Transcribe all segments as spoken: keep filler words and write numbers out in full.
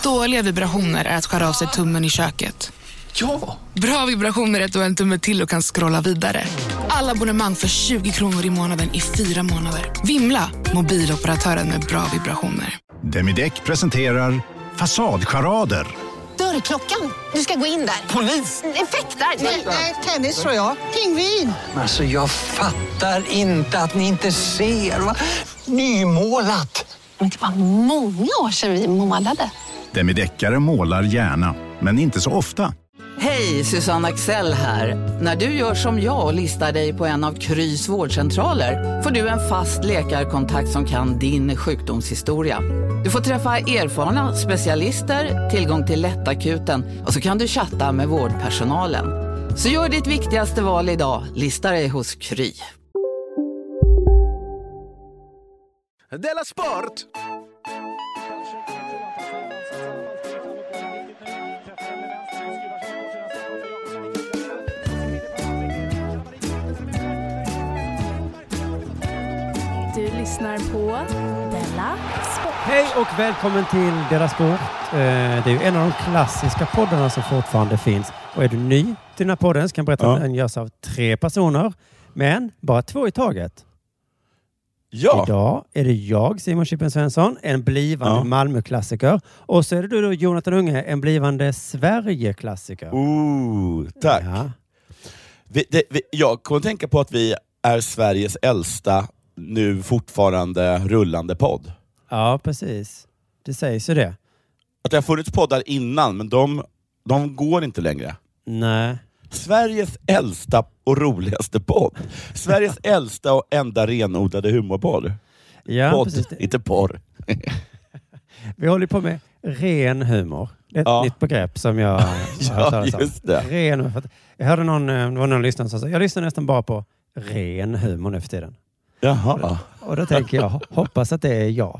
Dåliga vibrationer är att skära av sig tummen i köket. Ja! Bra vibrationer är att du har en tumme till och kan scrolla vidare. Alla abonnemang för tjugo kronor i månaden i fyra månader. Vimla, mobiloperatören med bra vibrationer. Demideck presenterar Fasadcharader. Dörrklockan, du ska gå in där. Polis! Effektar? Nej, tennis tror jag. Pingvin. Alltså jag fattar inte att ni inte ser. Va? Nymålat! Men det var många år sedan vi målade. Demideckare målar gärna, men inte så ofta. Hej, Susanne Axel här. När du gör som jag och listar dig på en av Krys vårdcentraler får du en fast läkarkontakt som kan din sjukdomshistoria. Du får träffa erfarna specialister, tillgång till lättakuten och så kan du chatta med vårdpersonalen. Så gör ditt viktigaste val idag, lista dig hos Kry. Della Sport! Du lyssnar på Della Sport. Hej och välkommen till Della Sport. Eh, det är ju en av de klassiska poddarna som fortfarande finns. Och är du ny till den här podden så kan jag berätta Ja. att den görs av tre personer. Men bara två i taget. Ja. Idag är det jag, Simon Chippen Svensson, en blivande Ja. Malmö-klassiker. Och så är det du då, Jonathan Unge, en blivande Sverige-klassiker. Ooh, tack. Ja. Vi, det, vi, jag kommer att tänka på att vi är Sveriges äldsta, nu fortfarande rullande podd. ja, precis. Det sägs ju det. Att det har funnits poddar innan, men de, de går inte längre. Nej. Sveriges äldsta och roligaste podd. Sveriges äldsta och enda renodlade humorpodd. Ja, Podd, precis. inte porr. Vi håller på med ren humor. Det är ett Ja. nytt begrepp som jag har Ja, hört talas om. just det. Ren humor. För att Jag hörde någon, det var någon lyssnare som sa, jag lyssnar nästan bara på ren humor nu för tiden. Jaha. Och då tänker jag, hoppas att det är jag.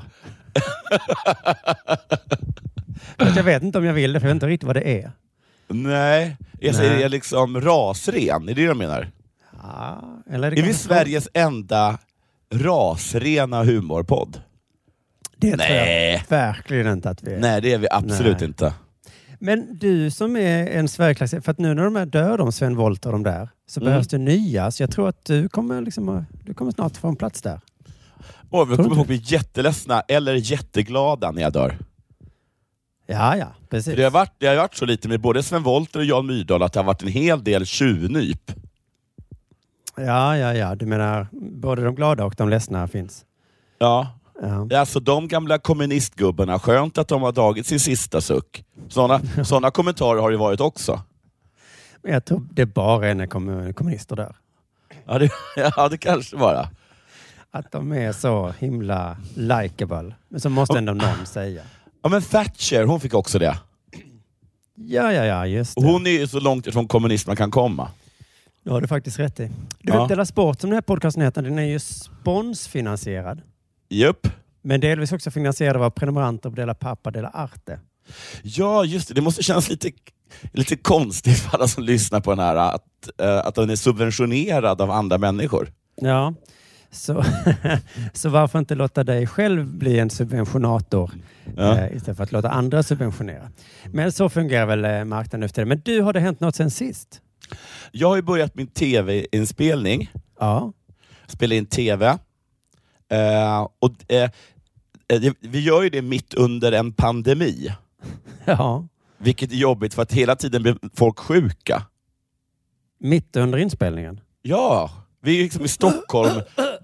För att jag vet inte om jag vill det, för jag vet inte riktigt vad det är. Nej, jag säger Nej. det är liksom rasren, är det det jag menar? Ja, eller det Är vi kanske- Sveriges enda rasrena humorpodd? Det Nej. tror jag verkligen inte att vi är. Nej, det är vi absolut Nej. inte. Men du som är en Sverigeklassiker, för att nu när de är döda, om Sven Wollter och de där, så Mm. behövs det nya. Så jag tror att du kommer, liksom, du kommer snart få en plats där. Och vi Tror kommer du ihåg bli jätteledsna eller jätteglada när jag dör. Ja, ja, precis. För det har varit, det har varit så lite med både Sven Wollter och Jan Myrdal att det har varit en hel del tjuvnyp. Ja, ja, ja. Du menar både de glada och de ledsna finns. Ja. Ja. Alltså de gamla kommunistgubbarna, skönt att de har dragit sin sista suck. Sådana såna kommentarer har det varit också. Men jag tror det bara är när kom- kommunister där. Ja det, ja, det kanske bara. Att de är så himla likeable. Men så måste ändå någon säga. Ja men Thatcher, hon fick också det. Ja, ja, ja, just Och det. hon är ju så långt ifrån kommunism man kan komma. Det har du faktiskt rätt i. Du Ja. vet, Della Sport som den här podcasten heter, den är ju sponsfinansierad. Jupp. Men delvis också finansierad av prenumeranter på Della Pappa, Della Arte. Ja, just det. Det måste kännas lite, lite konstigt för alla som lyssnar på den här att, äh, att den är subventionerad av andra människor. Ja, så, så varför inte låta dig själv bli en subventionator Ja. eh, istället för att låta andra subventionera. Men så fungerar väl eh, marknaden efter det. Men du, har det hänt något sen sist? Jag har ju börjat min tv-inspelning. Ja. Spela in tv. Uh, och, uh, uh, vi gör ju det mitt under en pandemi. Ja. Vilket är jobbigt för att hela tiden blir folk sjuka. Mitt under inspelningen? Ja, vi är liksom i Stockholm.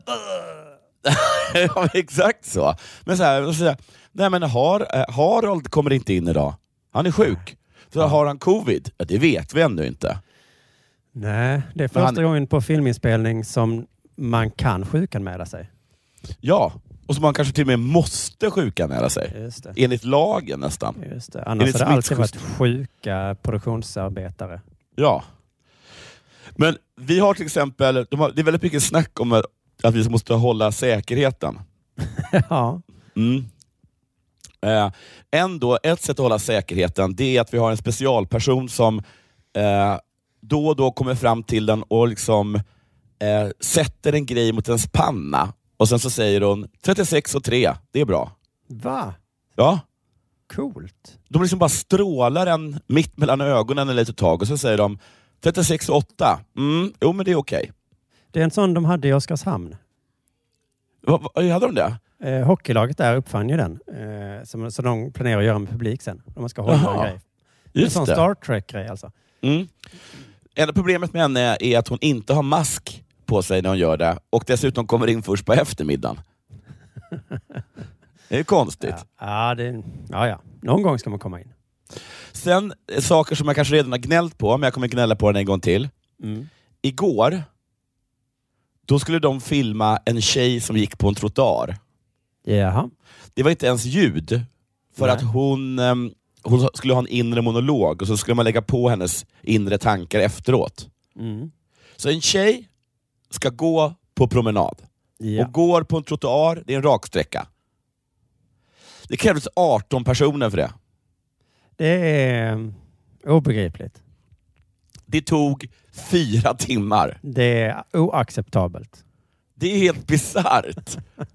Ja, exakt så. Men så här, så här nej men har, uh, Harald kommer inte in idag. Han är sjuk. Så har han covid? Ja, det vet vi ännu inte. Nej, det är första han... gången på filminspelning som man kan sjukanmäla sig. Ja, och så man kanske till och med måste sjukanmäla sig. Just det. Enligt lagen nästan. Just det. Annars har det alltid varit sjuka produktionsarbetare. Ja. Men vi har till exempel, de har, det är väldigt mycket snack om att vi måste hålla säkerheten. Ja. Mm. Eh, ändå, ett sätt att hålla säkerheten, det är att vi har en specialperson som eh, då och då kommer fram till den och liksom eh, sätter en grej mot ens panna. Och sen så säger hon trettiosex och tre, det är bra. Va? Ja. coolt. De liksom bara strålar en mitt mellan ögonen en litet tag och så säger de trettiosex åtta. Mm, jo men det är okej. Okay. Det är en sån de hade i Oskarshamn. Vad va, hade de det? Eh, hockeylaget där uppfann ju den. Eh, som, så de planerar att göra med publik sen. Om man ska hålla Jaha, en grej. Det är en sån det. Star Trek-grej alltså. Mm. Enda problemet med henne är att hon inte har mask på sig när hon gör det. Och dessutom kommer in först på eftermiddagen. Det är konstigt. Ja, ja, det, ja, ja. Någon gång ska man komma in. Sen saker som jag kanske redan har gnällt på, men jag kommer gnälla på den en gång till. Mm. Igår, då skulle de filma en tjej som gick på en trottoar. Jaha. Det var inte ens ljud. För Nej. att hon, um, hon skulle ha en inre monolog och så skulle man lägga på hennes inre tankar efteråt. Mm. Så en tjej ska gå på promenad. Ja. Och går på en trottoar, det är en raksträcka. Det krävdes arton personer för det. Det är obegripligt. Det tog fyra timmar. Det är oacceptabelt. Det är helt bisarrt.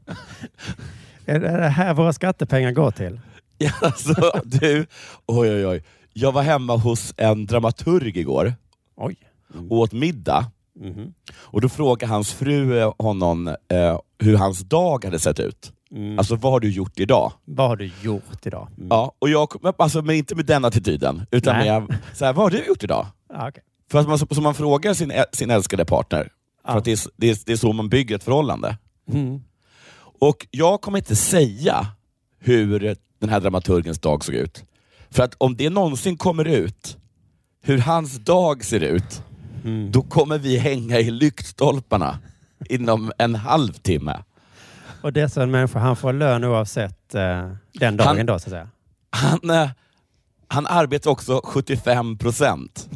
Är det här våra skattepengar går till? Ja, alltså, du, oj, oj, oj. Jag var hemma hos en dramaturg igår. Oj. Mm. Och åt middag. Mm. Och då frågade hans fru honom eh, hur hans dag hade sett ut. Mm. Alltså, vad har du gjort idag? Vad har du gjort idag? Mm. Ja, och jag, alltså, men inte med den attityden. Utan med, så här, vad har du gjort idag? Ah, okay. För att man, så man frågar sin, sin älskade partner. Ah. För att det är, det, är, det är så man bygger ett förhållande. Mm. Och jag kommer inte säga hur den här dramaturgens dag såg ut. För att om det någonsin kommer ut hur hans dag ser ut, mm. då kommer vi hänga i lyktstolparna inom en halvtimme. Och det är så en människa, han får lön oavsett eh, den dagen han, då så att säga. Han, eh, han arbetar också sjuttiofem procent.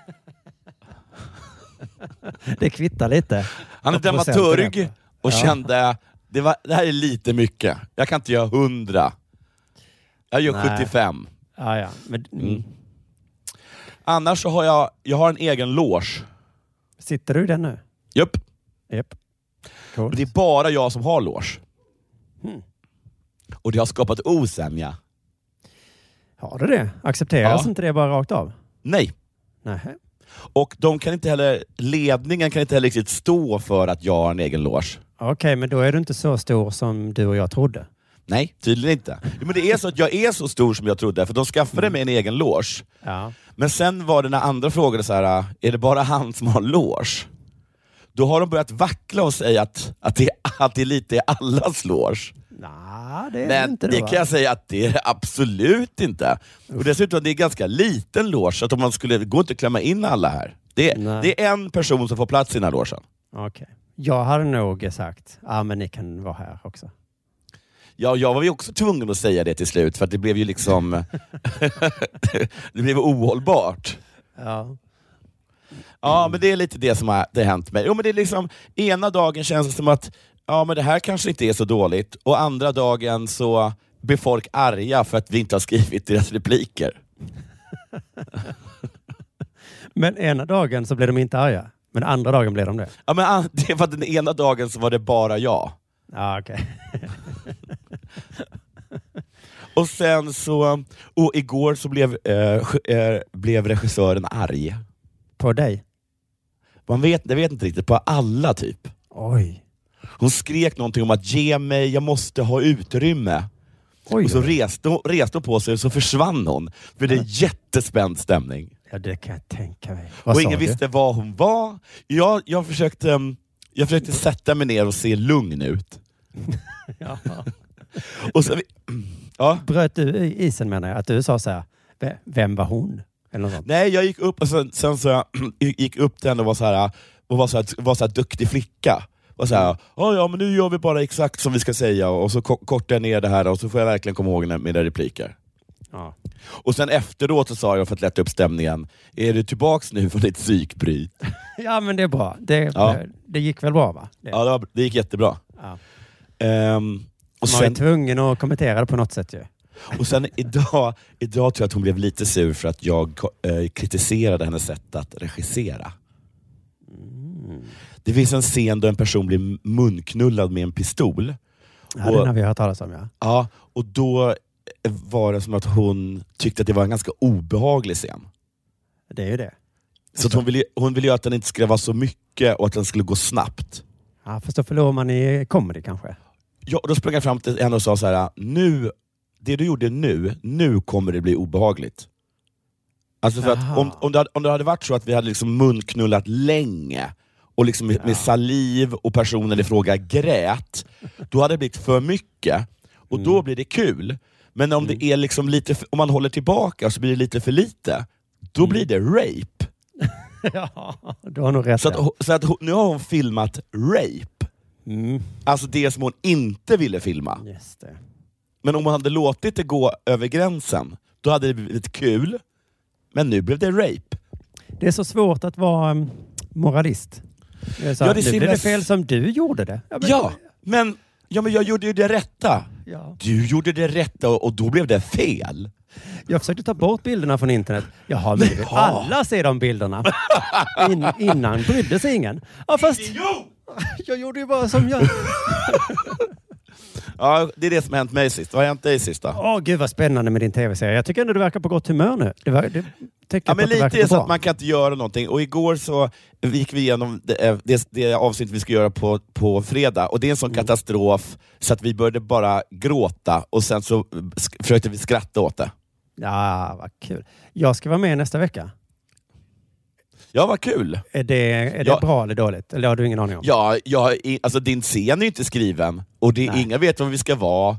Det kvittar lite. Han är dramaturg och ja. kände det, var, det här är lite mycket. Jag kan inte göra hundra. Jag gör Nej. sjuttiofem. Ja, ja. Men, mm. Mm. Annars så har jag, jag har en egen loge. Sitter du i den nu? Japp. Japp. Men det är bara jag som har loge. Hmm. Och det har skapat osämja. Har du det? Accepteras ja. inte det bara rakt av? Nej. Nej. Och de kan inte heller, ledningen kan inte heller riktigt stå för att jag har en egen loge. Okej, okay, men då är du inte så stor som du och jag trodde. Nej, tydligen inte. Jo, men det är så att jag är så stor som jag trodde, för de skaffade mig en egen loge. Ja. Men sen var det när andra frågade så här: är det bara han som har loge? Då har de börjat vackla och säga att, att, det, att det lite är allas loge. Nej, det är Men inte det då, kan jag säga att det är absolut inte. Uff. Och dessutom det är ganska liten loge, så att om man skulle gå inte klämma in alla här. Det, det är en person som får plats i den här logen. Okej. Okay. Jag hade nog sagt, ja ah, men ni kan vara här också. Ja, jag var ju också tvungen att säga det till slut, för att det blev ju liksom det blev ohållbart. Ja. Ja, men det är lite det som har det hänt mig. Jo, men det är liksom, ena dagen känns det som att ja, men det här kanske inte är så dåligt, och andra dagen så blir folk arga för att vi inte har skrivit deras repliker. Men ena dagen så blev de inte arga, men andra dagen blev de det. Ja, men det var den ena dagen så var det bara jag. Ja, okej. Okay. Och sen så, och igår så blev, äh, äh, blev regissören arg. På dig? Man vet, jag vet inte riktigt, på alla typ. Oj. Hon skrek någonting om att ge mig, jag måste ha utrymme. Oj, och så reste, reste hon på sig och så försvann hon. För det är jättespänd stämning. Ja, det kan jag tänka mig. Vad och ingen du? visste vad hon var. Jag, jag, försökte, jag försökte sätta mig ner och se lugn ut. Ja. Och så, ja. Bröt du isen, menar jag? Att du sa så här, vem var hon? Eller något. Nej, jag gick upp och sen, sen så jag gick upp till henne och var så här, och var så här, var så här duktig flicka. Och så här, oh, ja men nu gör vi bara exakt som vi ska säga, och så kortar jag ner det här och så får jag verkligen komma ihåg mina repliker. Ja. Och sen efteråt så sa jag, för att lätta upp stämningen, är du tillbaks nu från ditt psykbryt? Ja, men det är bra. Det, ja. det gick väl bra, va? Det. Ja, det, var, det gick jättebra. Ja. Um, och Man sen, var tvungen att kommentera det på något sätt ju. Och sen idag, idag tror jag att hon blev lite sur för att jag eh, kritiserade hennes sätt att regissera. Mm. Det finns en scen då en person blir munknullad med en pistol. Ja, och, den har vi hört talas om, ja. Ja, och då var det som att hon tyckte att det var en ganska obehaglig scen. Det är ju det. Så att hon ville, hon ville ju att den inte skulle vara så mycket och att den skulle gå snabbt. Ja, fast då förlorar man i comedy kanske. Ja, då sprang jag fram till henne och sa så här: nu, det du gjorde nu, nu kommer det bli obehagligt. Alltså för att om, om, det hade, om det hade varit så att vi hade liksom munknullat länge och liksom med, Ja. med saliv och personen i fråga grät, då hade det blivit för mycket och Mm. då blir det kul. Men om Mm. det är liksom lite för, om man håller tillbaka så blir det lite för lite, då Mm. blir det rape. Ja, du har nog rätt. Så att, så att hon- nu har hon filmat rape. Mm. Alltså det som hon inte ville filma. Just det. Men om hon hade låtit det gå över gränsen, då hade det blivit kul. Men nu blev det rape. Det är så svårt att vara um, moralist. Det är så, Ja, det är nu så blev det himla- fel som du gjorde det. Ja, men, Ja, men, ja, men jag gjorde ju det rätta. Ja. Du gjorde det rätta och, och då blev det fel. Jag försökte ta bort bilderna från internet. Jaha, men Ja. alla ser de bilderna. In, innan brydde sig ingen. Ja, fast jag gjorde ju bara som jag... Ja, det är det som har hänt mig sist. Vad har hänt dig sist då? Åh, gud vad spännande med din tv-serie. Jag tycker ändå du verkar på gott humör nu. Det, var, det tycker Ja, jag på men att det lite verkar är på så bra. att man kan inte göra någonting. Och igår så gick vi igenom det, det, det avsnitt vi ska göra på, på fredag. Och det är en sån Mm. katastrof så att vi började bara gråta och sen så sk- försökte vi skratta åt det. Ja, vad kul. Jag ska vara med nästa vecka. Ja, vad kul! Är det, är det Ja. bra eller dåligt? Eller har du ingen aning om? Ja, ja, i- alltså din scen är ju inte skriven och det, Nej. inga vet vad vi ska vara.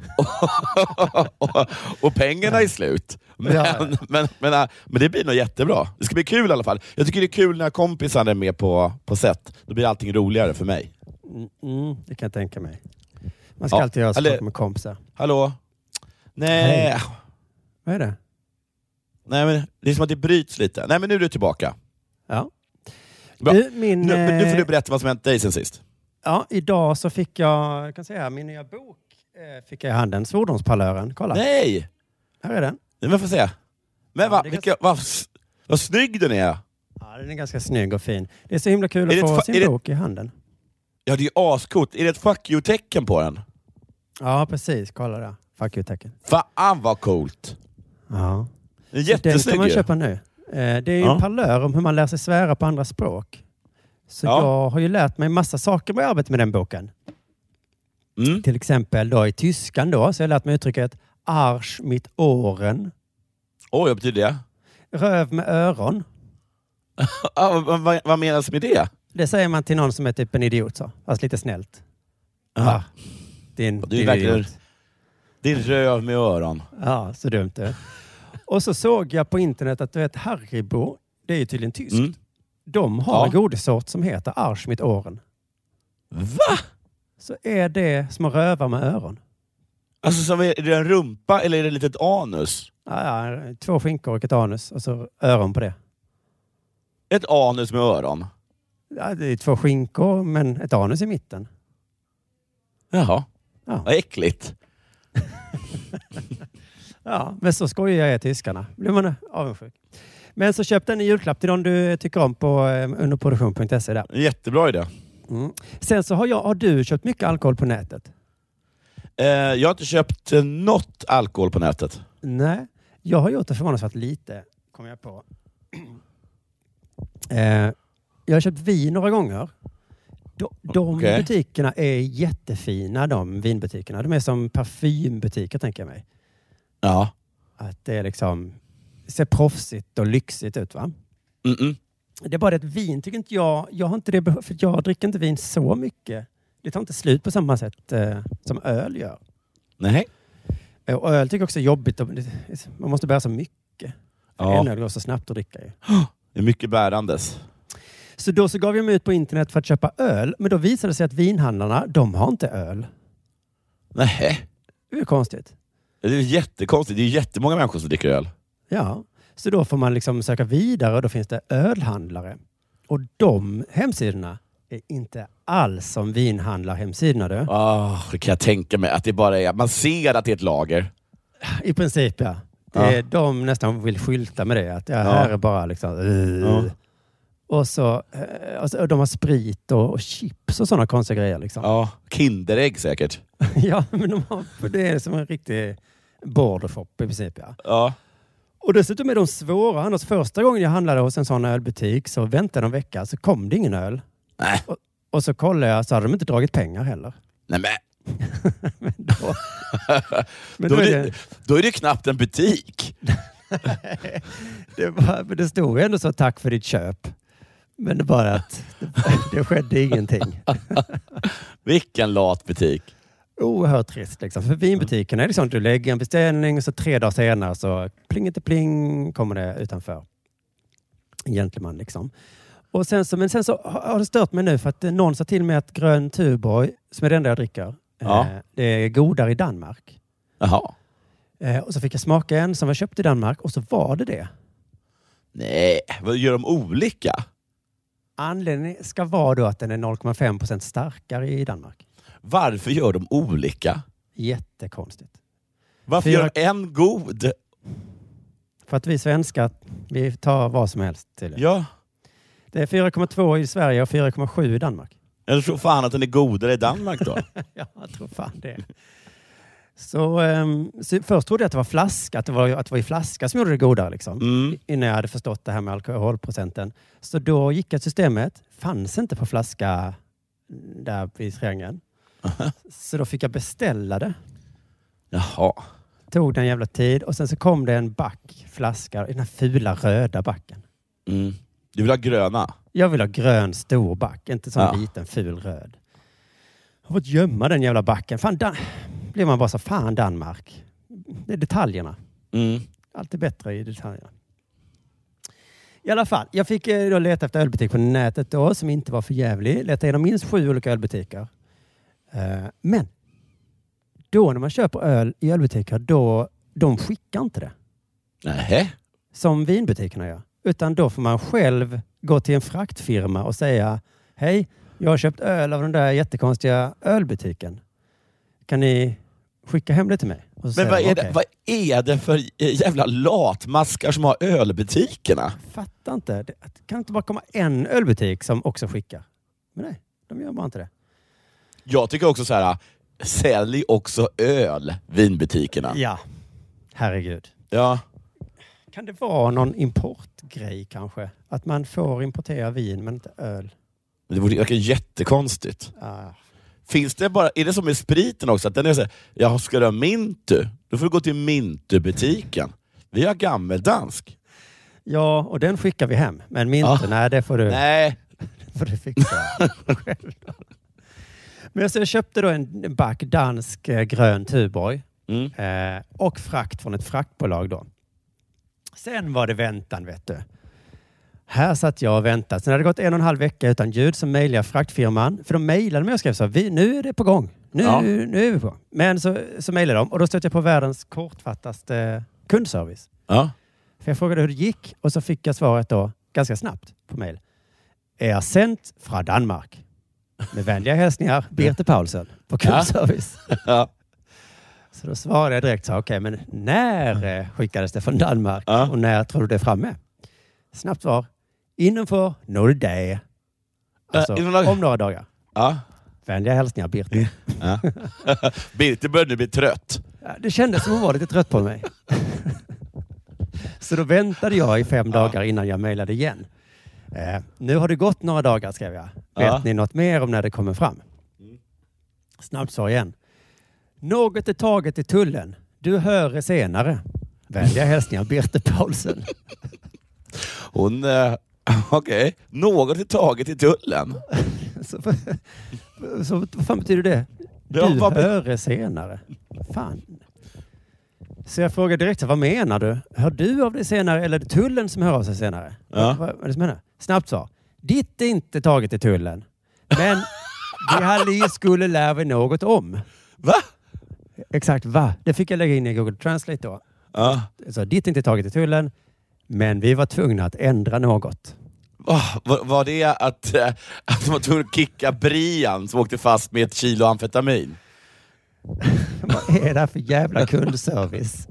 och, och pengarna är slut. Men, Ja. men, men, äh, men det blir nog jättebra. Det ska bli kul i alla fall. Jag tycker det är kul när kompisarna är med på, på set. Då blir allting roligare för mig. Mm, mm, det kan jag tänka mig. Man ska Ja, alltid göra eller- saker med kompisar. Hallå? Nej, Hej. Vad är det? nej men det är som att det bryts lite. Nej men nu är du tillbaka. Ja. Bra. Du, min, Nu, men nu får du eh, berätta vad som hänt dig sen sist. Ja, idag så fick jag, jag kan säga, min nya bok eh, fick jag i handen. Svordomspalören. Kolla. Nej! Här är den. Nej, men får se. Men Ja, va, det är vilka, vad, vad snygg den är. Ja, den är ganska snygg och fin. Det är så himla kul Är att det få ett fa- sin är det- bok i handen. Ja, det är ju ascoolt. Är det ett fuck you-tecken på den? Ja, precis. Kolla där. Fuck you-tecken. Fan vad coolt. Ja. Den är Den jättesnygg kan man ju. köpa nu. Eh, Det är ju Ja. en parlör om hur man lär sig svära på andra språk. Så Ja. jag har ju lärt mig massa saker med arbetet med den boken. Mm. Till exempel då i tyskan då, så har jag lärt mig uttrycket Arsch mit Ohren. Oj, vad betyder det? Röv med öron. Ah, vad, vad, vad menas med det? Det säger man till någon som är typ en idiot så. Fast lite snällt. Aha. Ah, din, Du är din verkligen- idiot. Din röv med öron. Ja, så dumt det. Och så såg jag på internet att du vet Haribo, det är ju tydligen tyskt. Mm. De har Ja. en godissort som heter Arsch mit Ohren. Va? Så är det små rövar med öron. Alltså, som är, är det en rumpa eller är det ett litet anus? Ja, ja, två skinkor och ett anus och så öron på det. Ett anus med öron? Ja, det är två skinkor men ett anus i mitten. Jaha. Ja. Vad äckligt. Ja, men så skojar är tyskarna. Blir man avundsjuk. Men så köp den i julklapp till de du tycker om på eh, underproduktion punkt se där. Jättebra idé. Mm. Sen så har, jag, har du köpt mycket alkohol på nätet? Eh, jag har inte köpt eh, något alkohol på nätet. Nej, jag har gjort det förvånansvärt lite, kom jag på. eh, jag har köpt vin några gånger. De, de Okej. butikerna är jättefina, de vinbutikerna. De är som parfymbutiker, tänker jag mig. Ja. Att det är liksom, ser proffsigt och lyxigt ut, va? Mm-mm. Det är bara det att vin tycker inte jag, jag har inte det behov, för jag dricker inte vin så mycket. Det tar inte slut på samma sätt eh, som öl gör. Nej. Eh, Och öl tycker jag också är jobbigt. Och det, man måste bära så mycket. För Ja. en öl går så snabbt att dricka ju. Det är mycket bärandes. Så då så gav jag mig ut på internet för att köpa öl. Men då visade det sig att vinhandlarna, de har inte öl. Nej. Det är konstigt. Det är jättekonstigt. Det är jättemånga människor som dricker öl. Ja, så då får man liksom söka vidare och då finns det ölhandlare. Och de hemsidorna är inte alls som vinhandlarhemsidorna du. Oh, det kan jag tänka mig. Att det bara är, man ser att det är ett lager. I princip ja. Det är, Ja. De nästan vill skylta med det. Att det här Ja. är bara liksom... Uh. Ja. Och så, eh, och så... De har sprit och, och chips och sådana konstiga grejer. Liksom. Ja, Kinderägg säkert. Ja, men de har, för det är som en riktig border shop i princip. Ja. Ja. Och dessutom är de svåra. Annars första gången jag handlade hos en sån ölbutik så väntade de en vecka så kom det ingen öl. Nej. Och, och så kollade jag så hade de inte dragit pengar heller. Nej men. men då, men då, då, är är det, det, då är det knappt en butik. det, var, det stod ändå så tack för ditt köp. Men det bara att det, det skedde ingenting. Vilken lat butik. Oerhört trist liksom. För vinbutikerna är liksom att du lägger en beställning och så tre dagar senare så pling inte pling kommer det utanför. En gentleman liksom. Och sen så, men sen så har det stört mig nu för att någon sa till mig att grön Tuborg, som är den där jag dricker, ja. eh, det är godare i Danmark. Jaha. Eh, och så fick jag smaka en som jag köpt i Danmark och så var det det. Nej, vad gör de olika? Anledningen ska vara då att den är noll komma fem procent starkare i Danmark. Varför gör de olika? Jättekonstigt. Varför Fyra... gör de en god? För att vi svenskar, vi tar vad som helst till det. Ja. Det är fyra komma två i Sverige och fyra komma sju i Danmark. Jag tror fan att den är godare i Danmark då. Ja, jag tror fan det. Så, um, så först trodde jag att det var flaska, att det var, att det var i flaska som gjorde det godare liksom. Mm. Innan jag hade förstått det här med alkoholprocenten. Så då gick jag systemet, fanns inte på flaska där vid triangeln. Uh-huh. Så då fick jag beställa det. Jaha. Tog den jävla tid och sen så kom det en back flaska i den här fula röda backen. Mm. Du vill ha gröna? Jag vill ha grön stor back, inte sån ja. liten ful röd. Jag har fått gömma den jävla backen. Fan, Dan- blir man bara så fan Danmark. Det är detaljerna. Mm. Allt är bättre i detaljerna. I alla fall, jag fick då leta efter ölbutik på nätet då som inte var för jävlig. Leta igenom minst sju olika ölbutiker. Uh, men då när man köper öl i ölbutiker, då de skickar inte det. Nej. Som vinbutikerna gör. Utan då får man själv gå till en fraktfirma och säga hej, jag har köpt öl av den där jättekonstiga ölbutiken. Kan ni skicka hem det till mig? Och så men vad de, är, okay. det, vad är det för jävla latmaskar som har ölbutikerna? Jag fattar inte. Det kan inte bara komma en ölbutik som också skickar. Men nej, de gör bara inte det. Jag tycker också så här, sälj också öl, vinbutikerna. Ja, herregud. Ja. Kan det vara någon importgrej kanske? Att man får importera vin men inte öl? Det vore jättekonstigt. Ah. Finns det bara, är det som med spriten också? Att den är så här, jag ska du ha Mintu? Då får du gå till Mintu-butiken. Vi har gammeldansk. Ja, och den skickar vi hem. Men Mintu, ah. nej det får du, nej. får du fixa själv. Men så jag köpte då en back dansk eh, grön Tuborg. Mm. Eh, och frakt från ett fraktbolag då. Sen var det väntan, vet du. Här satt jag och väntade. Sen hade det gått en och en halv vecka utan ljud, så mejlade jag fraktfirman. För de mejlade mig och skrev så, vi, nu är det på gång. Nu, ja. nu är vi på gång. Men så, så mejlade de och då stötte jag på världens kortfattaste kundservice. Ja. För jag frågade hur det gick och så fick jag svaret då ganska snabbt på mejl. Är sänt från Danmark. Med vänliga hälsningar, Birte Paulsen på kundservice. Ja. Ja. Så då svarade jag direkt så, okej, okay, men när skickades det från Danmark? Ja. Och när tror du det är framme? Snabbt svar, innanför några dagar. Alltså, äh, några... om några dagar. Ja. Vänliga hälsningar, Birte. Ja. Birte började bli trött. Ja, det kändes som hon var lite trött på mig. Så då väntade jag i fem ja. dagar innan jag mejlade igen. Eh, nu har det gått några dagar, skrev jag. Vet ja. ni något mer om när det kommer fram? Mm. Snabbt svar igen. Något är taget i tullen. Du hör det senare. Vänliga hälsningar, Birte Paulsen. Hon, eh, okej. Okay. Något är taget i tullen. så, så vad fan betyder det? Du ja, vad hör det senare. Fan. Så jag frågar direkt, vad menar du? Hör du av det senare eller är det tullen som hör av sig senare? Ja. Vad, vad är det som menar? Snabbt svar. Ditt är inte taget i tullen. Men det här skulle lära vi något om. Va? Exakt, va? Det fick jag lägga in i Google Translate då. Ja. Så ditt är inte taget i tullen. Men vi var tvungna att ändra något. Oh, var, var det att, äh, att de var tvungna att kicka Brian som åkte fast med ett kilo amfetamin? Vad är det här för jävla kundservice?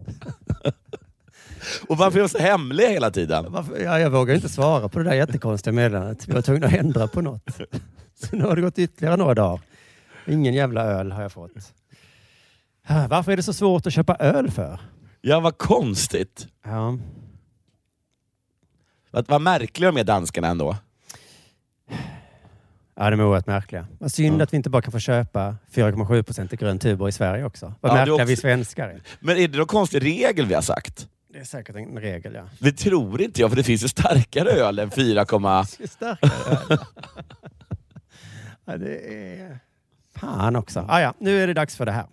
Och varför är de så hemliga hela tiden? Varför, ja, jag vågar inte svara på det där jättekonstiga meddelandet. Vi var tvungna att ändra på något. Så nu har det gått ytterligare några dagar. Ingen jävla öl har jag fått. Varför är det så svårt att köpa öl för? Ja, vad konstigt. Ja. Vad, vad märkliga de är danskarna ändå. Ja, de är oerhört märkliga. Vad synd ja. att vi inte bara kan få köpa fyra komma sju procent i grön Tuborg i Sverige också. Vad ja, märkliga också... vi svenskar är. Men är det någon konstig regel vi har sagt? Det är säkert en regel, ja. Det tror inte jag, för det finns ju starkare öl än fyra. Starkare öl. Ja, det är... Fan också. Ah, ja, nu är det dags för det här.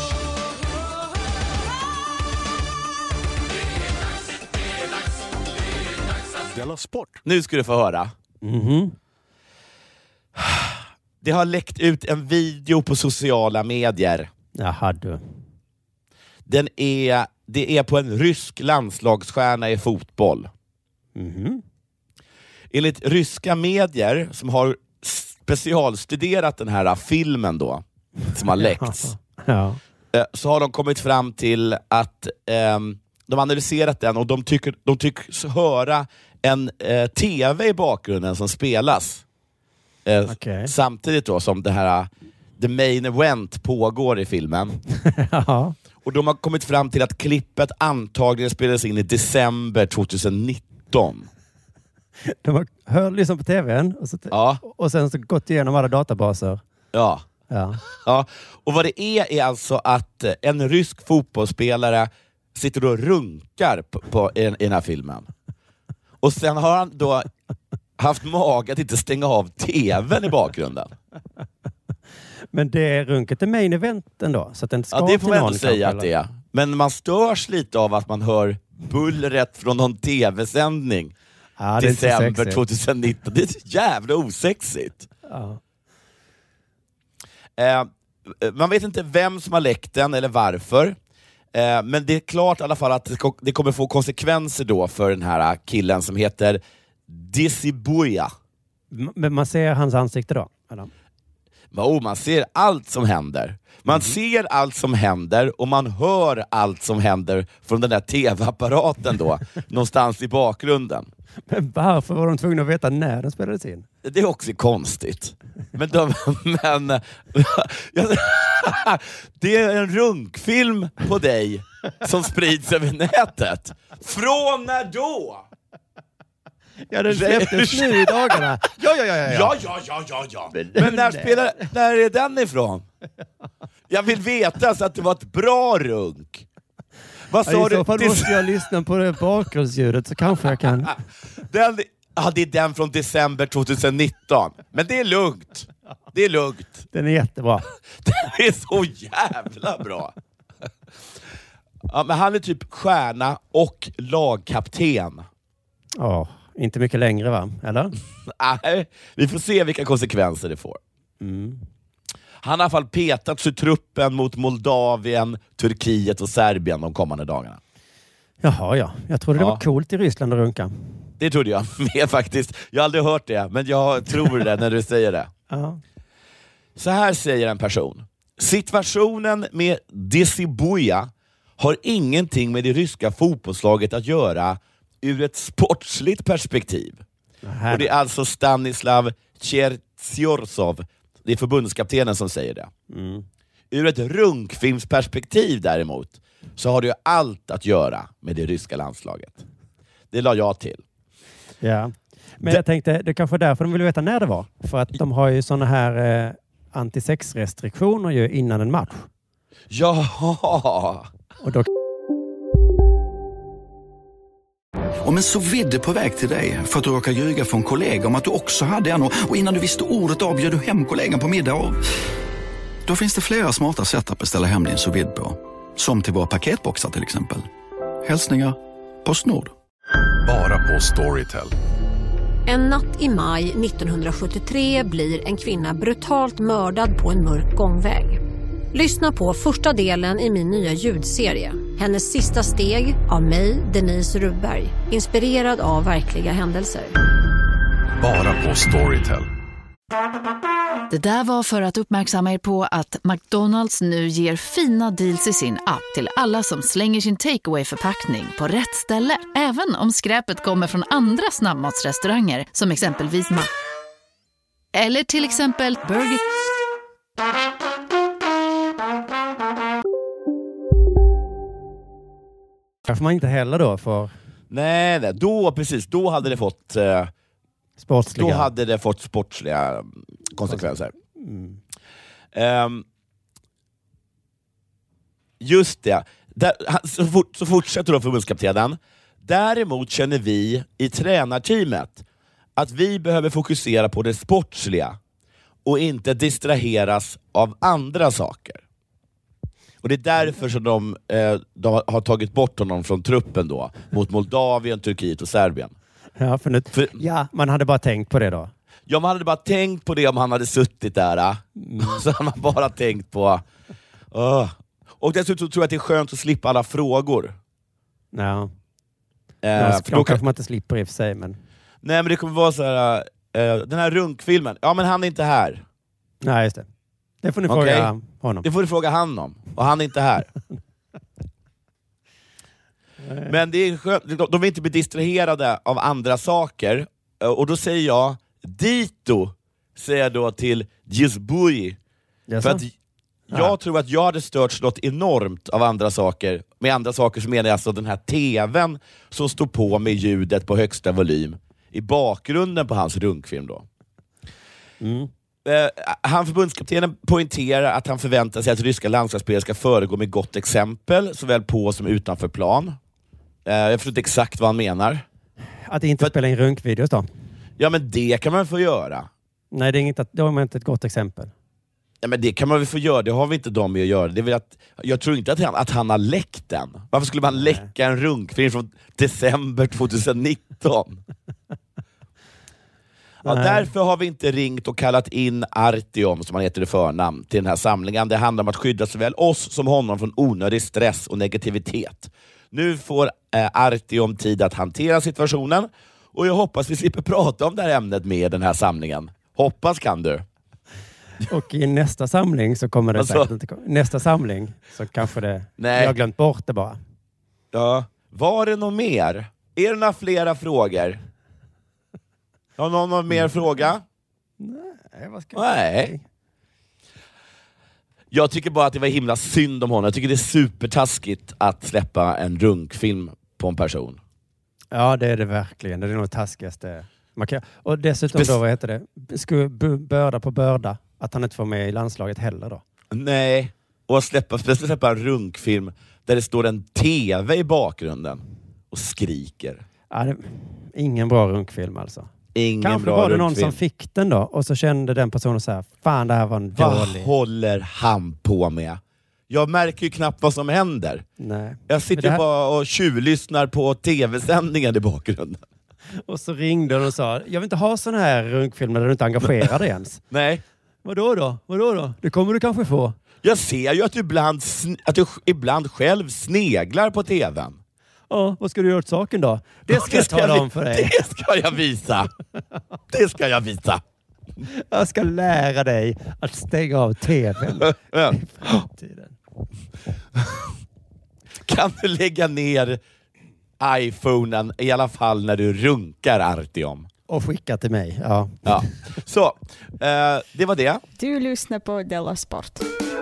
Della Sport. Nu ska du få höra. Mhm. Det har läckt ut en video på sociala medier. Jaha, du. Den är, det är på en rysk landslagsstjärna i fotboll. Mhm. Enligt ryska medier som har specialstuderat den här filmen då, som har läckts, Ja. så har de kommit fram till att eh, de har analyserat den och de tycker de tycks höra en eh, tv i bakgrunden som spelas. Eh, Okay. Samtidigt då som det här the main event pågår i filmen. Ja. Och de har kommit fram till att klippet antagligen spelades in i december tjugonitton. De har hört liksom på tvn och, så t- Ja. och sen så gått igenom alla databaser. Ja. Ja. Ja. Och vad det är är alltså att en rysk fotbollsspelare sitter och runkar på, på, i, i den här filmen. Och sen har han då haft mage att inte stänga av tvn i bakgrunden. Men det runket är main event ändå, så att den ska Ja, det får till man någon ändå säga kanske, att det är. Men man störs lite av att man hör bullret från någon tv-sändning. Ja, det är inte december sexigt. tjugonitton. Det är så jävla osexigt. Ja. Eh, man vet inte vem som har läckt den eller varför. Eh, men det är klart i alla fall att det, ko- det kommer få konsekvenser då för den här killen som heter Disibuya. M- Men man ser hans ansikte då? Eller? Oh, man ser allt som händer. Man Mm. ser allt som händer och man hör allt som händer från den där tv-apparaten då, någonstans i bakgrunden. Men varför var de tvungna att veta när den spelades in? Det är också konstigt. Men, de, men det är en runkfilm på dig som sprids över nätet. Från när då? Ja, den släpptes nu i dagarna. Ja, ja, ja, ja. Ja, ja, ja, ja, ja. Men, men när, spelar, när är den ifrån? Jag vill veta så att det var ett bra runk. Vad sa Ja, i du? så fall Det- måste jag lyssna på det bakgrundsljudet så kanske jag kan... Den, ja, det är den från december tjugonitton. Men det är lugnt. Det är lugnt. Den är jättebra. Det är så jävla bra. Ja, men han är typ stjärna och lagkapten. Ja, inte mycket längre va? Eller? Nej, vi får se vilka konsekvenser det får. Mm. Han har i alla fall petats ur truppen mot Moldavien, Turkiet och Serbien de kommande dagarna. Jaha, ja. Jag trodde det Ja. var coolt i Ryssland att runka. Det trodde jag med faktiskt. Jag har aldrig hört det, men jag tror det när du säger det. Ja. Så här säger en person. Situationen med Disibuya har ingenting med det ryska fotbollslaget att göra ur ett sportsligt perspektiv. Här. Och det är alltså Stanislav Chertsiorsov, det är förbundskaptenen som säger det. Mm. Ur ett runkfilmsperspektiv däremot så har det ju allt att göra med det ryska landslaget. Det la jag till. Ja. Men Det- jag tänkte, det kanske är därför de vill veta när det var. För att de har ju såna här eh, antisexrestriktioner ju innan en match. Ja. Och då... Om en sous vide är på väg till dig för att du råkar ljuga från kollega om att du också hade en och och innan du visste ordet av bjöd du hem kollegan på middag och... Då finns det flera smarta sätt att beställa hem din sous vide på. Som till våra paketboxar till exempel. Hälsningar Postnord. Bara på Storytel. En natt i maj nittonhundrasjuttiotre blir en kvinna brutalt mördad på en mörk gångväg. Lyssna på första delen i min nya ljudserie. Hennes sista steg av mig, Denise Rubberg. Inspirerad av verkliga händelser. Bara på Storytel. Det där var för att uppmärksamma er på att McDonalds nu ger fina deals i sin app till alla som slänger sin takeaway-förpackning på rätt ställe. Även om skräpet kommer från andra snabbmatsrestauranger som exempelvis Ma... Eller till exempel Burger... Kanske man inte heller då får... Nej, nej, då precis, då hade det fått eh, sportsliga. Då hade det fått sportsliga konsekvenser. Mm. Um, just det. Där, så, fort, så fortsätter då förbundskaptenen. Däremot känner vi i tränarteamet att vi behöver fokusera på det sportsliga och inte distraheras av andra saker. Och det är därför som de, eh, de har tagit bort honom från truppen då mot Moldavien, Turkiet och Serbien. Ja, för nu, för, ja, man hade bara tänkt på det då. Ja, man hade bara tänkt på det om han hade suttit där. Mm. Så hade man bara tänkt på... Uh. Och dessutom tror jag att det är skönt att slippa alla frågor. Ja. Eh, ja för då kanske man inte slipper i och för sig, men... Nej, men det kommer vara så här... Uh, den här runkfilmen. Ja, men han är inte här. Nej, just det. Det får ni okay. fråga honom. Det får ni fråga han om. Och han är inte här. Men det är skönt. De vill inte bli distraherade av andra saker. Och då säger jag... Dito säger jag då till Gisbui. För att jag ja. tror att jag hade störts något enormt av andra saker. Med andra saker så menar jag alltså den här tvn som står på med ljudet på högsta volym i bakgrunden på hans runkfilm då. Mm. Eh, han förbundskaptenen poängterar att han förväntar sig att ryska landslagsspelare ska föregå med gott exempel såväl på som utanför plan. Eh, jag förstår inte exakt vad han menar. Att inte För spela in runkvideos då? Ja, men det kan man få göra. Nej, det är inte, det är inte ett gott exempel. Ja, men det kan man väl få göra, det har vi inte de med att göra. Det är väl att, jag tror inte att han, att han har läckt den. Varför skulle man Nej. läcka en runkfilm från december tjugonitton? Ja, därför har vi inte ringt och kallat in Artyom, som han heter i förnamn, till den här samlingen. Det handlar om att skydda såväl oss som honom från onödig stress och negativitet. Nu får eh, Artyom tid att hantera situationen och jag hoppas vi slipper prata om det här ämnet med den här samlingen. Hoppas kan du. Och i nästa samling så kommer det alltså, säkert inte komma. Nästa samling så kanske det... Nej. Jag har glömt bort det bara. Ja. Var det något mer? Är det några flera frågor? Har någon någon mer fråga? Nej, vad ska Nej. jag Jag tycker bara att det var himla synd om honom. Jag tycker det är supertaskigt att släppa en runkfilm på en person. Ja, det är det verkligen. Det är nog taskigaste. Man kan... Och dessutom Spec- då, vad heter det? Skulle börda på börda. Att han inte får med i landslaget heller då. Nej. Och att släppa, speciellt släppa en runkfilm där det står en tv i bakgrunden och skriker. Ja, det... Ingen bra runkfilm alltså. Ingen Kanske bra var det någon runkfilm. som fick den då och så kände den personen så här: fan, det här var en vad dålig. Vad håller han på med? Jag märker ju knappt vad som händer. Nej. Jag sitter här... bara och tjuvlyssnar på tv-sändningen i bakgrunden. Och så ringde hon och sa: jag vill inte ha sån här runkfilmer där du inte engagerar dig ens. Nej. Vadå då? Vadå då? Det kommer du kanske få. Jag ser ju att du ibland, sn- att du ibland själv sneglar på tvn. Ja, vad ska du göra åt saken då? Det ska, det ska jag tala om för dig. Det ska jag visa. Det ska jag visa. Jag ska lära dig att stänga av tvn i framtiden. Kan du lägga ner iPhonen i alla fall när du runkar, Artyom? Och skicka till mig, ja. ja. Så, eh, det var det. Du lyssnar på Della Sport.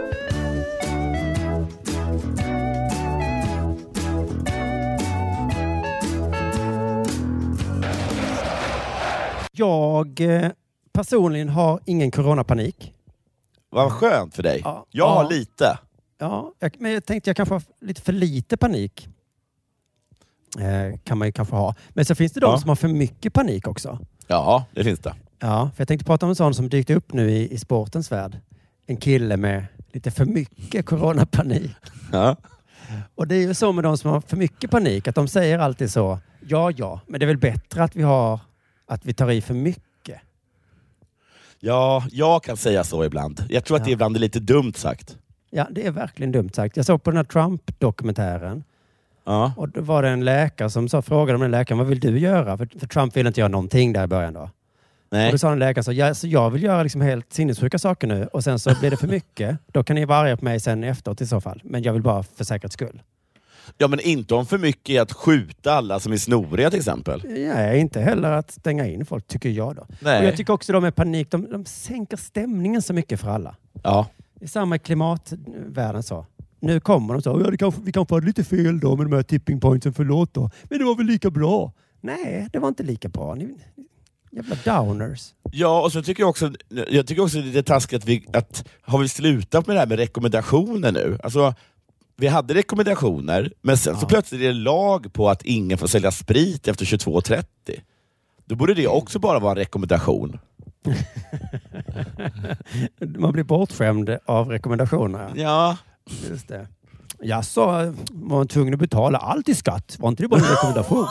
Jag eh, personligen har ingen coronapanik. Vad skönt för dig. Ja, jag ja. har lite. Ja, jag, men jag tänkte jag kanske har lite för lite panik. Eh, kan man ju kanske ha. Men så finns det de ja. som har för mycket panik också. Ja, det finns det. Ja, för jag tänkte prata om en sån som dykt upp nu i, i sportens värld. En kille med lite för mycket coronapanik. Ja. Och det är ju så med de som har för mycket panik att de säger alltid så: ja, ja, men det är väl bättre att vi har att vi tar i för mycket. Ja, jag kan säga så ibland. Jag tror att ja. det ibland är lite dumt sagt. Ja, det är verkligen dumt sagt. Jag såg på den här Trump-dokumentären. Ja. Och då var det en läkare som sa, frågade om den läkaren: vad vill du göra? För, för Trump vill inte göra någonting där i början då. Nej. Och då sa den läkaren så: ja, så jag vill göra liksom helt sinnessjuka saker nu. Och sen så blir det för mycket. Då kan ni vara arga på mig sen efteråt i så fall. Men jag vill bara för säkerhets skull. Ja, men inte om för mycket är att skjuta alla som är snoriga till exempel. Nej, inte heller att stänga in folk, tycker jag då. Nej. Och jag tycker också de med panik, de, de sänker stämningen så mycket för alla. Ja. Det är samma i klimatvärlden så. Nu kommer de så, ja, det kanske, vi kanske hade lite fel då med de här tipping pointsen, förlåt då. Men det var väl lika bra? Nej, det var inte lika bra. Ni, jävla downers. Ja, och så tycker jag också, jag tycker också det är taskigt att vi, att har vi slutat med det här med rekommendationer nu? Alltså, vi hade rekommendationer, men sen ja. så plötsligt är det lag på att ingen får sälja sprit efter tjugotvå trettio. Då borde det också bara vara en rekommendation. Man blir bortskämd av rekommendationer. Ja. Just det. Jag sa, var man tvungen att betala allt i skatt. Var inte det bara en rekommendation?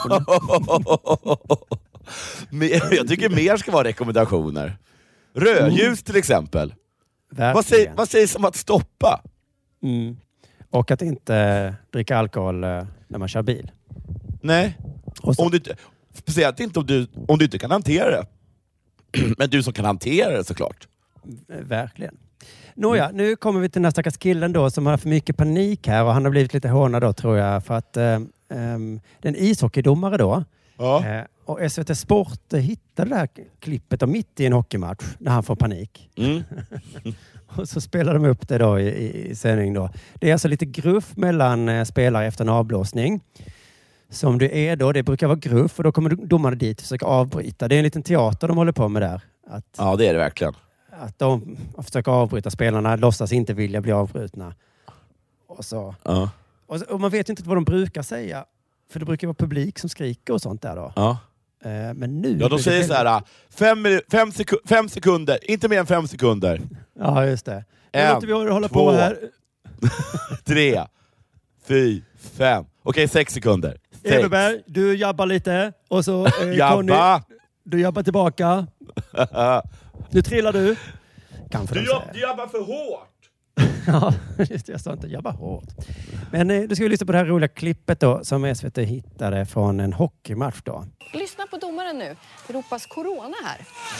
Jag tycker mer ska vara rekommendationer. Rödljus till exempel. Vad säger, vad sägs om att stoppa? Mm. Och att inte dricka alkohol när man kör bil. Nej. Om du, speciellt inte om du, om du inte kan hantera det. Men du som kan hantera det såklart. Verkligen. Nåja, mm. nu kommer vi till den stackars killen då som har för mycket panik här och han har blivit lite hånad då tror jag för att um, um, den ishockeydomare då ja. uh, och S V T Sport uh, hittade det här klippet av mitt i en hockeymatch när han får panik. Mm. Och så spelar de upp det då i, i, i sändning då. Det är alltså lite gruff mellan uh, spelare efter en avblåsning. Som det är då, det brukar vara gruff och då kommer domarna dit och försöker avbryta. Det är en liten teater de håller på med där. Att, ja, det är det verkligen. Att de försöker avbryta spelarna, låtsas inte vilja bli avbrutna. Och så. Ja. Och, så, och man vet inte vad de brukar säga. För det brukar vara publik som skriker och sånt där då. Ja. Eh, men nu... Ja, de säger så här, fem, fem, seku- fem sekunder, inte mer än fem sekunder. Ja, just det. Nu en, låter vi hålla två, på här. tre, fyra, fem. Okej, sex sekunder. Sex. Everberg, du jabbar lite. Och så eh, Jabba. Conny, du jabbar tillbaka. Nu trillar du. Kanske du, jobb, du jobbar för hårt. Ja, just det, jag sa inte jobba hårt. Men eh, du ska vi lyssna på det här roliga klippet då som S V T hittade från en hockeymatch då. Lyssna på domaren nu. Det ropas corona här.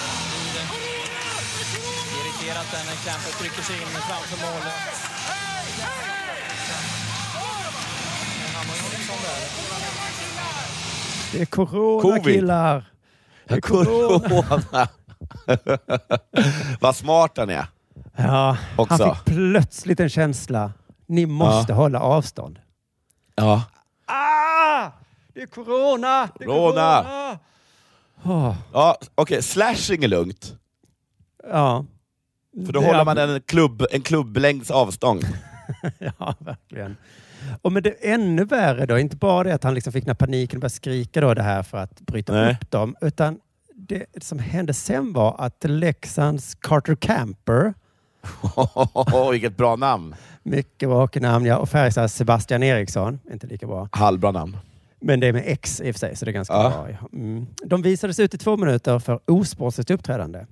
Irriterat när Klamper trycker sig in framför målet. Det är corona, killar. Det är corona. Vad smart han är. Ja, också. Han fick plötsligt en känsla. Ni måste ja. hålla avstånd. Ja. Ah! Det är corona! Det är corona! corona. Oh. Ja, okej. Okay. Slashing är lugnt. Ja. För då det håller är... man en, klubb, en klubblängds avstånd. Ja, verkligen. Och men det är ännu värre då. Inte bara det att han liksom fick när paniken och började skrika då det här för att bryta Nej. upp dem. Utan det som hände sen var att Leksands Carter Camper. Oh, vilket bra namn. Mycket bra namn, ja. Och Färjestads Sebastian Eriksson. Inte lika bra. Halvbra namn. Men det är med X i och för sig, så det är ganska ja. bra. Mm. De visades ut i två minuter för osportsligt uppträdande.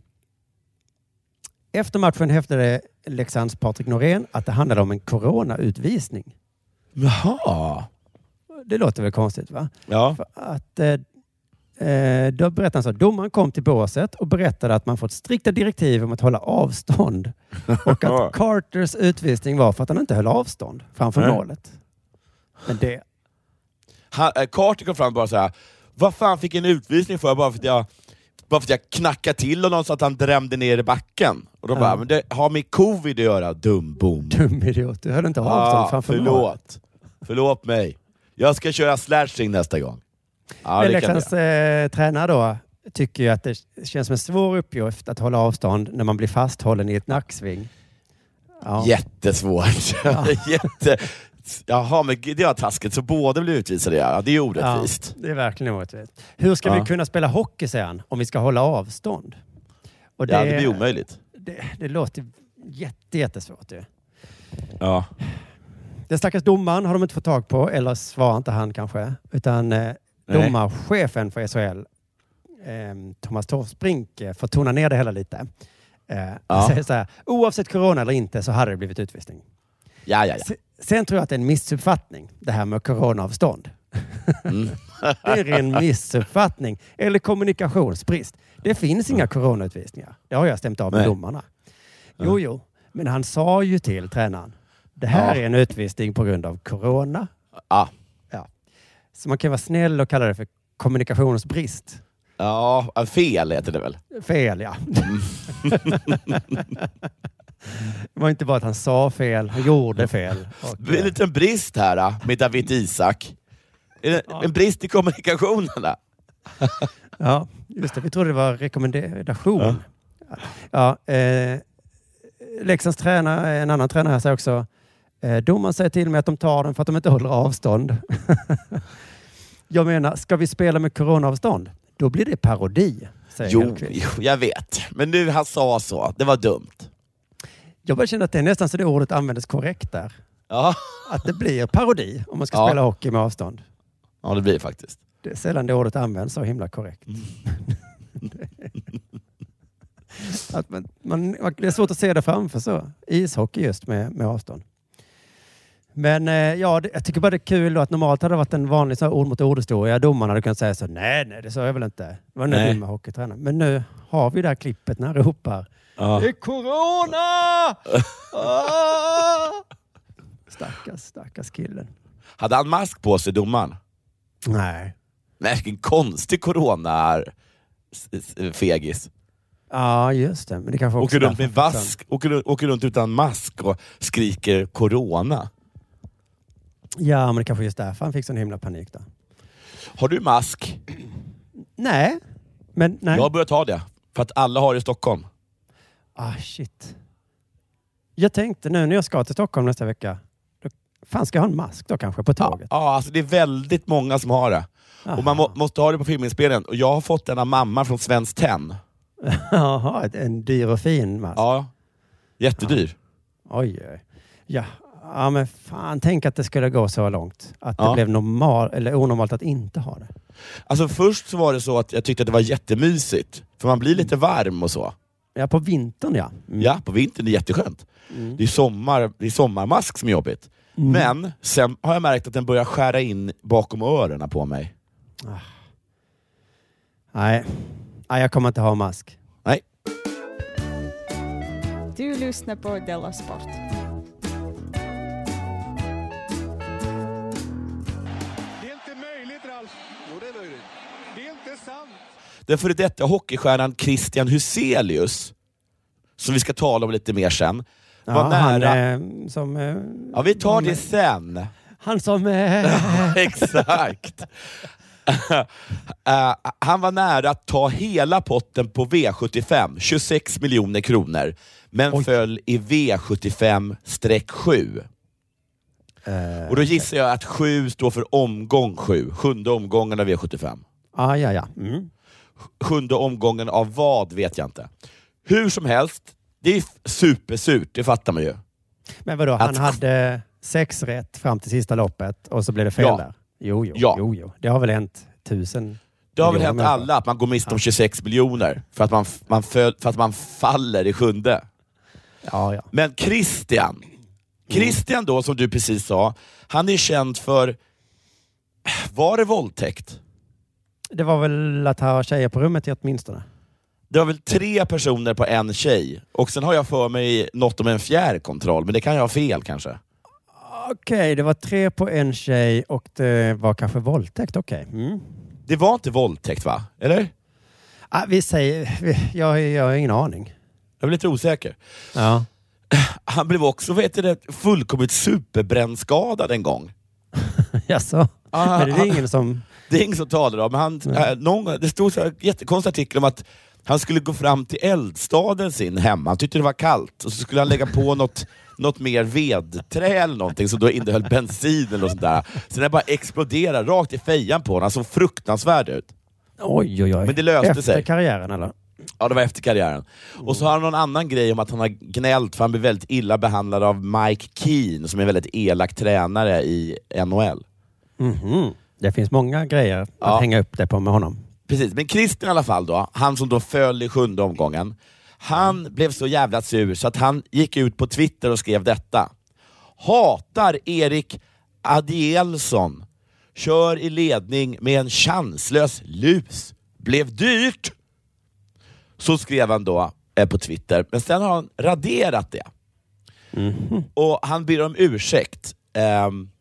Efter matchen hävdade Leksands Patrik Norén att det handlade om en coronautvisning. Jaha. Det låter väl konstigt, va? Ja. För att, eh, då berättade han så att domaren kom till båset och berättade att man fått strikta direktiv om att hålla avstånd. Och att Carters utvisning var för att han inte höll avstånd framför Nej. målet. Men det... Han, äh, Carter kom fram och bara så här: vad fan fick en utvisning för? Bara för att jag, bara för att jag knackade till honom så att han drämde ner i backen. Och då ja. bara, men det har med covid att göra, dum boom. Dum idiot, du höll inte avstånd ah, framför förlåt. målet. Förlåt mig. Jag ska köra slashing nästa gång. Ja, Leksands eh, tränare då tycker ju att det känns som en svår uppgift att hålla avstånd när man blir fasthållen i ett nacksving. Ja. Jättesvårt. Ja. Jätte... Jaha, men det var taskigt. Så båda blir utvisade. Ja. Det är orättvist. Ja, det är verkligen orättvist. Hur ska ja. vi kunna spela hockey sen om vi ska hålla avstånd? Och det, ja, det blir omöjligt. Det, det låter jätte, jättesvårt. Det. Ja. Den stackars domaren har de inte fått tag på, eller svarar inte han kanske, utan eh, domarchefen för S H L, eh, Thomas Torsbrink, eh, får tona ner det hela lite. Eh, ja. Säger så här, oavsett corona eller inte så hade det blivit utvisning. Ja, ja, ja. Sen, sen tror jag att det är en missuppfattning, det här med coronaavstånd. Mm. Det är en missuppfattning, eller kommunikationsbrist. Det finns inga coronautvisningar. Det har jag stämt av med Nej. domarna. Jo, jo. Men han sa ju till tränaren, det här ja. är en utvisning på grund av corona. Ja. Ja. Så man kan vara snäll och kalla det för kommunikationsbrist. Ja, fel heter det väl? Fel, ja. Mm. Det var inte bara att han sa fel, han gjorde fel. Och, det är en liten brist här med David Isak. En, ja. en brist i kommunikationerna. Ja, just det. Vi trodde det var rekommendation. Ja, ja eh, Leksands tränare, en annan tränare här säger också eh, domaren säger till mig att de tar den för att de inte håller avstånd. Jag menar, ska vi spela med coronaavstånd? Då blir det parodi, säger Jo, jo, jag vet. Men nu han sa så. Det var dumt. Jag bara känner att det är nästan så det ordet användes korrekt där. Ja. Att det blir parodi om man ska Ja. spela hockey med avstånd. Ja, det blir faktiskt. Det är sällan det ordet används så himla korrekt. Mm. Att man, man, det är svårt att se det framför så. Ishockey just med, med avstånd. Men eh, ja, det, jag tycker bara det är kul då att normalt hade det varit en vanlig så här ord mot ord-historia. Domarna hade kunnat säga så, nej, nej, det sa jag väl inte. Det var en dumma hockeytränare. Men nu har vi det här klippet när han ropar. Ja. Det är corona! Ah! Stackars, stackars killen. Hade han mask på sig, domaren? Nej. Nej, vilken konstig corona-fegis. Ja, just det. Men det kanske också åker runt med vask, åker, åker runt utan mask och skriker corona. Ja, men det kanske just därför han fick sån himla panik då. Har du mask? Nej. Men, nej. Jag har börjat ha det. För att alla har det i Stockholm. Ah, shit. Jag tänkte nu när jag ska till Stockholm nästa vecka. Då, fan, ska jag ha en mask då kanske på tåget? Ja, ja alltså det är väldigt många som har det. Aha. Och man må, måste ha det på filminspelningen. Och jag har fått den av mamma från Svenskt Tenn. Jaha, en dyr och fin mask. Ja, jättedyr. Ja. Oj, oj. Ja. Ja, men fan, tänk att det skulle gå så långt. Att det ja. blev normal, eller onormalt att inte ha det. Alltså först så var det så att jag tyckte att det var jättemysigt. För man blir lite varm och så. Ja, på vintern ja. Mm. Ja, på vintern är det jätteskönt. Mm. Det är sommar, det är sommarmask som är jobbigt. Mm. Men sen har jag märkt att den börjar skära in bakom öronen på mig. Ah. Nej. Nej, jag kommer inte ha mask. Nej. Du lyssnar på Della Sport. Den före detta hockeystjärnan Christian Huselius, som vi ska tala om lite mer sen, var ja, nära... Han, eh, som, eh, ja, vi tar det eh, sen. Han som... Eh, ja, exakt. uh, han var nära att ta hela potten på V sjuttiofem, tjugosex miljoner kronor, men Oj. föll i V sjuttiofem sju. Uh, Och då gissar jag att sju står för omgång sju, sjunde omgången av V sjuttiofem. Ah, ja, ja. Mm. Sjunde omgången av vad vet jag inte. Hur som helst, det är supersurt, det fattar man ju. Men vadå, att... han hade sex rätt fram till sista loppet och så blev det fel ja. där? Jo, jo, ja. jo, jo. Det har väl hänt tusen... Det har väl hänt alla, att man går miste om ja. tjugosex miljoner för att man, man, föl, för att man faller i sjunde. Ja, ja. Men Christian, Christian då, som du precis sa, han är känd för... Var det våldtäkt? Det var väl att ha tjejer på rummet åtminstone. Det var väl tre personer på en tjej. Och sen har jag för mig något om en fjärrkontroll, men det kan jag ha fel kanske. Okej, okay, det var tre på en tjej och det var kanske våldtäkt, okej. Okay. Mm. Det var inte våldtäkt va? Eller? Ah, vi säger, vi, jag, jag har ingen aning. Jag är lite osäker. Ja. Han blev också, vet du det, fullkomligt superbrännskadad en gång. Jaså? Ah, men det är ingen som... Det är ingen som talar om, men han, äh, någon, det stod så här jättekonstig artikel om att han skulle gå fram till eldstaden sin hemma. Han tyckte det var kallt och så skulle han lägga på något, något mer vedträ eller någonting som då innehöll bensin eller något sånt där. Sen det bara exploderade rakt i fejan på honom. Han såg fruktansvärd ut. Oj, oj, oj. Men det löste efter sig. Efter karriären eller? Ja, det var efter karriären. Mm. Och så har han någon annan grej om att han har gnällt för han blev väldigt illa behandlad av Mike Keane som är en väldigt elak tränare i N H L. Mhm. Det finns många grejer att ja. hänga upp det på med honom. Precis, men Christian i alla fall då, han som då föll i sjunde omgången, han mm. blev så jävla sur så att han gick ut på Twitter och skrev detta. Hatar Erik Adielsson. Kör i ledning med en chanslös lus. Blev dyrt. Så skrev han då eh, på Twitter. Men sen har han raderat det. Mm. Och han ber om ursäkt. Um,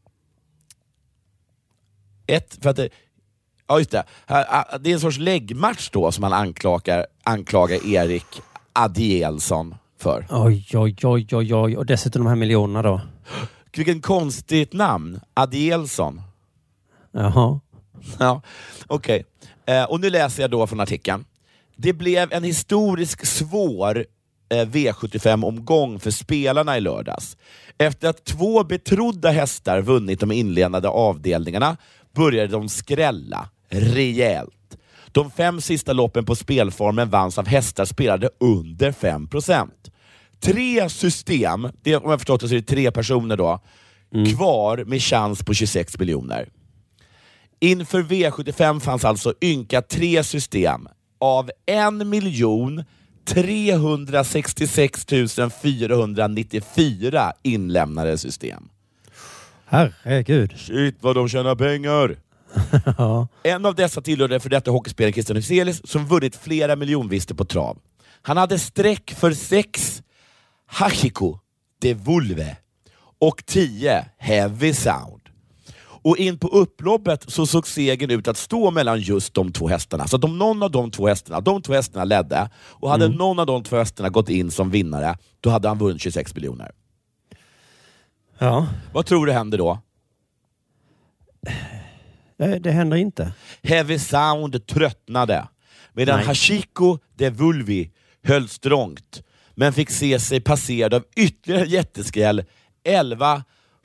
Ett, för att det, ja just det, det är en sorts läggmatch då som han anklagar, anklagar Erik Adielsson för. Oj, oj, oj, oj, oj. Och dessutom de här miljonerna då. Vilken konstigt namn. Adielsson. Jaha. Ja, okej. Okay. Eh, och nu läser jag då från artikeln. Det blev en historisk svår eh, V sjuttiofem-omgång för spelarna i lördags. Efter att två betrodda hästar vunnit de inledande avdelningarna började de skrälla rejält. De fem sista loppen på spelformen vanns av hästar spelade under fem procent. Tre system, det, om jag förstått det så är det tre personer då, mm. kvar med chans på tjugosex miljoner. Inför V sjuttiofem fanns alltså ynka tre system av en miljon trehundrasextiosex tusen fyrahundranittiofyra inlämnade system. Herregud. Shit vad de tjänar pengar. Ja. En av dessa tillhörde för detta hockeyspelaren Christian Huselius som vunnit flera miljonvinster på trav. Han hade streck för sex Hachiko de Vulve och tio Heavy Sound. Och in på upploppet så såg segern ut att stå mellan just de två hästarna. Så att om någon av de två hästarna, de två hästarna ledde och hade mm. någon av de två hästarna gått in som vinnare, då hade han vunnit tjugosex miljoner. Ja. Vad tror du händer då? Det, det händer inte. Heavy Sound tröttnade. Medan Nej. Hachiko de Vulvi höll strångt. Men fick se sig passerad av ytterligare jätteskräll. elva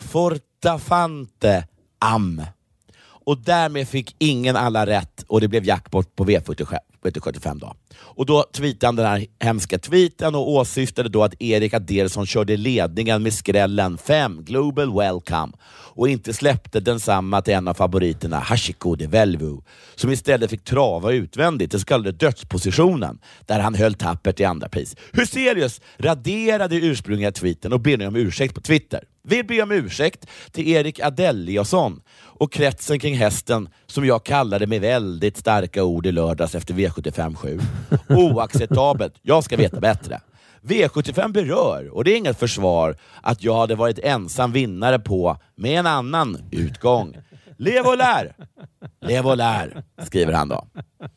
Fortafante Am. Och därmed fick ingen alla rätt och det blev jackpot på V sjuttiofem då. Och då tweetade han den här hemska tweeten och åsyftade då att Erik Adelsson körde ledningen med skrällen fem Global Welcome och inte släppte densamma till en av favoriterna Hachiko de Velvu som istället fick trava utvändigt, den så kallade dödspositionen där han höll tappert i andra pris. Huselius raderade ursprungliga tweeten och ber nu om ursäkt på Twitter. Vi ber om ursäkt till Erik Adeliusson och kretsen kring hästen som jag kallade med väldigt starka ord i lördags efter V sjuttiofem sju. Oacceptabelt, jag ska veta bättre. V sjuttiofem berör och det är inget försvar att jag hade varit ensam vinnare på med en annan utgång. Lev och lär! Lev och lär, skriver han då.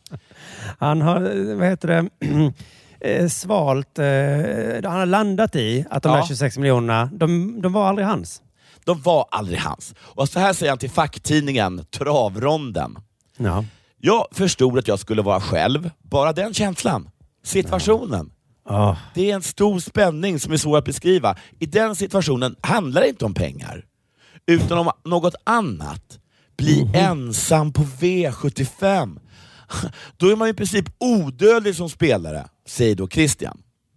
Han har, vad heter det, svalt, han har landat i att de Ja. här tjugosex miljonerna, de, de var aldrig hans. De var aldrig hans. Och så här säger han till facktidningen Travronden. Ja. Jag förstod att jag skulle vara själv. Bara den känslan. Situationen. Ja. Oh. Det är en stor spänning som är svår att beskriva. I den situationen handlar det inte om pengar. Utan om något annat. Bli mm-hmm. ensam på V sjuttiofem. Då är man i princip odödlig som spelare, säger då Christian.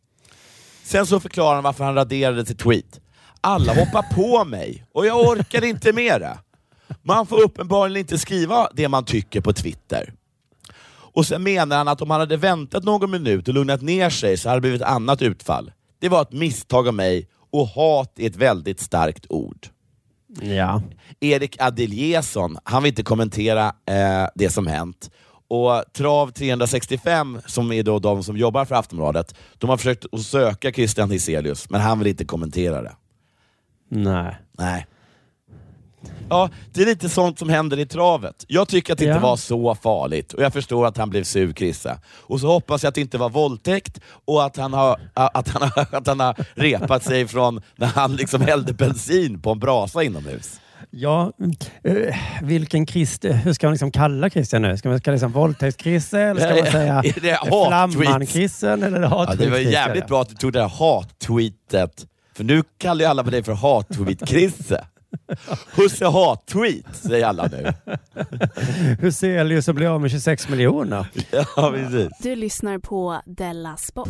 Sen så förklarar han varför han raderade sitt tweet. Alla hoppar på mig och jag orkar inte med det. Man får uppenbarligen inte skriva det man tycker på Twitter. Och sen menar han att om han hade väntat någon minut och lugnat ner sig så hade det blivit ett annat utfall. Det var ett misstag av mig och hat är ett väldigt starkt ord. Ja. Erik Adeliusson, han vill inte kommentera eh, det som hänt. Och Trav trehundrasextiofem, som är då de som jobbar för Aftonbladet, de har försökt att söka Christian Huselius, men han vill inte kommentera det. Nej. Nej. Ja, det är lite sånt som händer i travet. Jag tycker att det ja. inte var så farligt. Och jag förstår att han blev sur, Krissa. Och så hoppas jag att det inte var våldtäkt och att han har, att han har, att han har repat sig från när han liksom hällde bensin på en brasa inomhus. Ja, uh, vilken Christ, hur ska man liksom kalla Christian nu? Ska man kalla liksom våldtäktskrisse eller ska man säga flamman-krissen eller hat-tweet? Ja, det var jävligt bra att du tog det här hat-tweetet. För nu kallar ju alla på dig för hat-tweet-krisse. Husse hat-tweet, säger alla nu. Huselius som blir av med tjugosex miljoner. Ja, precis. Du lyssnar på Della Sport.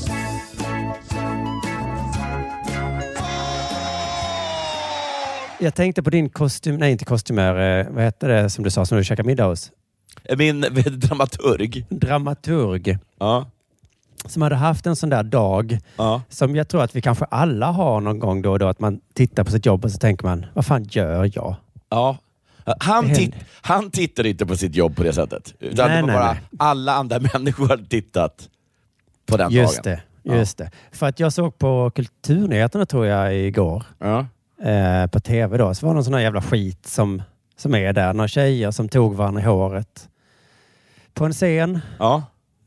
Jag tänkte på din kostym, nej inte kostymör, vad heter det som du sa som du käkade middag hos? Min dramaturg. Dramaturg. Ja. Som hade haft en sån där dag ja. som jag tror att vi kanske alla har någon gång då och då, att man tittar på sitt jobb och så tänker man, vad fan gör jag? Ja. Han, titt, han tittar inte på sitt jobb på det sättet. Utan nej, det var nej, bara nej. alla andra människor hade tittat på den just dagen. Det, just ja. det. För att jag såg på Kulturnyheterna tror jag igår. Ja. Eh, på tv då. Så var det någon sån här jävla skit som, som är där. Några tjejer som tog varandra i håret. På en scen. Ja.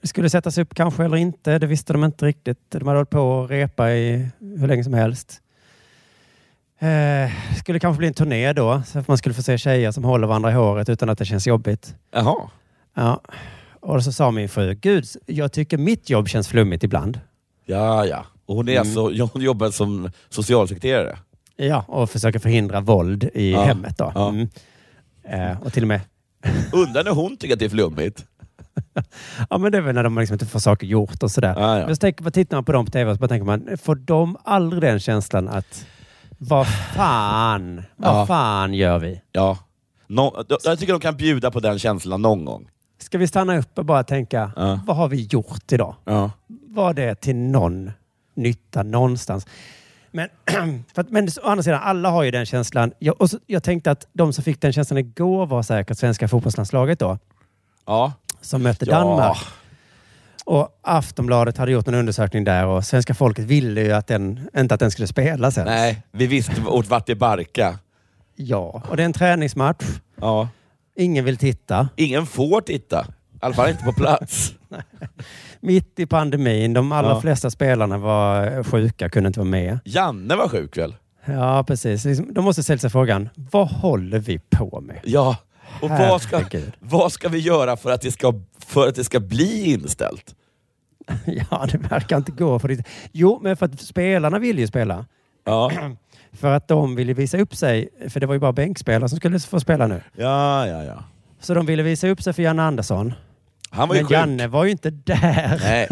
Det skulle sättas upp kanske eller inte. Det visste de inte riktigt. De hade hållit på att repa i hur länge som helst. Eh, skulle kanske bli en turné då. Så att man skulle få se tjejer som håller varandra i håret utan att det känns jobbigt. Jaha. Ja. Och så sa min fru, gud, jag tycker mitt jobb känns flummigt ibland. Ja, ja. Och hon, är mm. alltså, hon jobbar som socialsekreterare. Ja, och försöker förhindra våld i ja. hemmet då. Ja. Mm. Eh, och till och med... Undrar när hon tycker att det är flummigt. Ja, men det är väl när de liksom inte får saker gjort och sådär. Ja, ja. Men så tänker man, tittar man på dem på tv och så tänker man, får de aldrig den känslan att vad fan, vad ja. fan gör vi? Ja. No, jag tycker de kan bjuda på den känslan någon gång. Ska vi stanna upp och bara tänka, ja. vad har vi gjort idag? Ja. Var det till någon nytta någonstans? Men, för att, men å andra sidan, alla har ju den känslan. Jag, och så, jag tänkte att de som fick den känslan igår var säkert svenska fotbollslandslaget då. Ja. Som mötte ja. Danmark. Och Aftonbladet hade gjort en undersökning där och svenska folket ville ju att den, inte att den skulle spela sen. Nej, vi visste vart det barka. Ja, och det är en träningsmatch. Ja. Ingen vill titta. Ingen får titta. I alla fall inte på plats. Mitt i pandemin. De allra ja. flesta spelarna var sjuka, kunde inte vara med. Janne var sjuk väl? Ja, precis. De måste ställa sig frågan, vad håller vi på med? Ja, och vad ska, vad ska vi göra för att det ska, för att det ska bli inställt? Ja, det verkar inte gå. För det. Jo, men för att spelarna vill ju spela. Ja. För att de ville visa upp sig. För det var ju bara bänkspelare som skulle få spela nu. Ja, ja, ja. Så de ville visa upp sig för Janne Andersson. Han var ju men sjuk. Janne var ju inte där. Nej.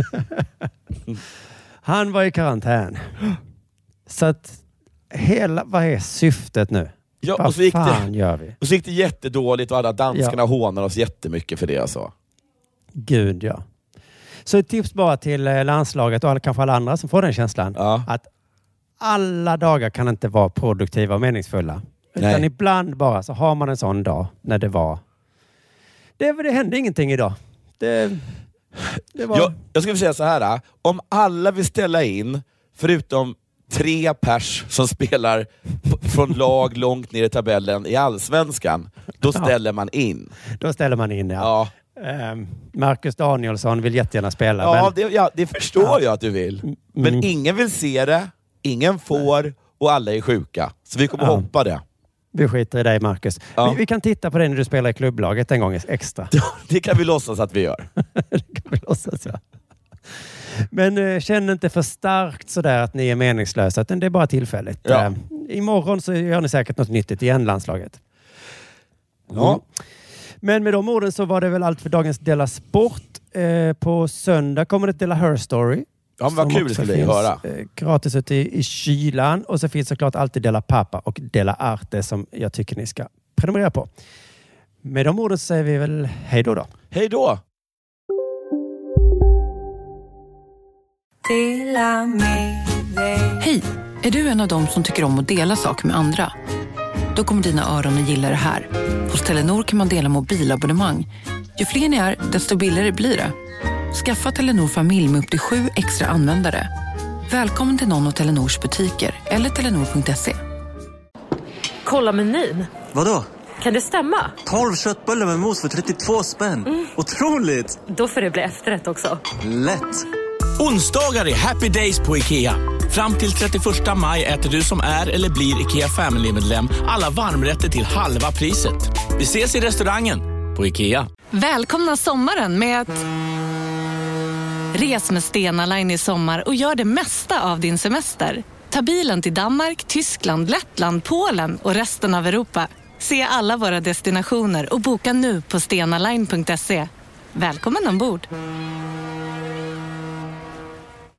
Han var i karantän. Så att hela, vad är syftet nu? Ja, vad och så gick fan det, gör vi? Och så gick det jättedåligt och alla danskarna ja. hånar oss jättemycket för det alltså. Gud, ja. Så ett tips bara till landslaget och alla, kanske alla andra som får den känslan. Ja. Att alla dagar kan inte vara produktiva och meningsfulla. Utan Nej. ibland bara så har man en sån dag när det var... Det, det hände ingenting idag. Det, det var... jag, jag skulle säga så här. Om alla vill ställa in, förutom tre pers som spelar p- från lag långt ner i tabellen i Allsvenskan, då ställer ja. man in. Då ställer man in, ja. ja. Um, Marcus Danielsson vill jättegärna spela. Ja, men... det, ja det förstår ja. jag att du vill. Men mm. ingen vill se det, ingen får Nej. och alla är sjuka. Så vi kommer ja. hoppa det. Vi skiter i dig, Marcus. Ja. Vi, vi kan titta på dig när du spelar i klubblaget en gång extra. Ja, det kan vi låtsas att vi gör. Det kan vi låtsas, ja. Men uh, känn inte för starkt sådär att ni är meningslösa. Utan det är bara tillfälligt. Ja. Uh, imorgon så gör ni säkert något nyttigt igen, landslaget. Ja. Mm. Men med de orden så var det väl allt för dagens Della Sport. Uh, på söndag kommer det Della Her Story. Ja, men vad kul det skulle höra. Eh, gratis ute i, i kylan. Och så finns såklart alltid Della Pappa och Della Arte som jag tycker ni ska prenumerera på. Med de orden så säger vi väl hej då då. Hej då! Hej! Är du en av dem som tycker om att dela saker med andra? Då kommer dina öron att gilla det här. Hos Telenor kan man dela mobilabonnemang. Ju fler ni är, desto billigare blir det. Skaffa Telenor familj med upp till sju extra användare. Välkommen till någon av Telenors butiker eller telenor punkt se. Kolla menyn. Vadå? Kan det stämma? tolv köttbullar med mos för trettiotvå spänn. Mm. Otroligt! Då får det bli efterrätt också. Lätt! Onsdagar är happy days på IKEA. Fram till trettioförsta maj äter du som är eller blir IKEA Family-medlem alla varmrätter till halva priset. Vi ses i restaurangen på IKEA. Välkomna sommaren med att... Res med Stena Line i sommar och gör det mesta av din semester. Ta bilen till Danmark, Tyskland, Lettland, Polen och resten av Europa. Se alla våra destinationer och boka nu på stena line punkt se. Välkommen ombord!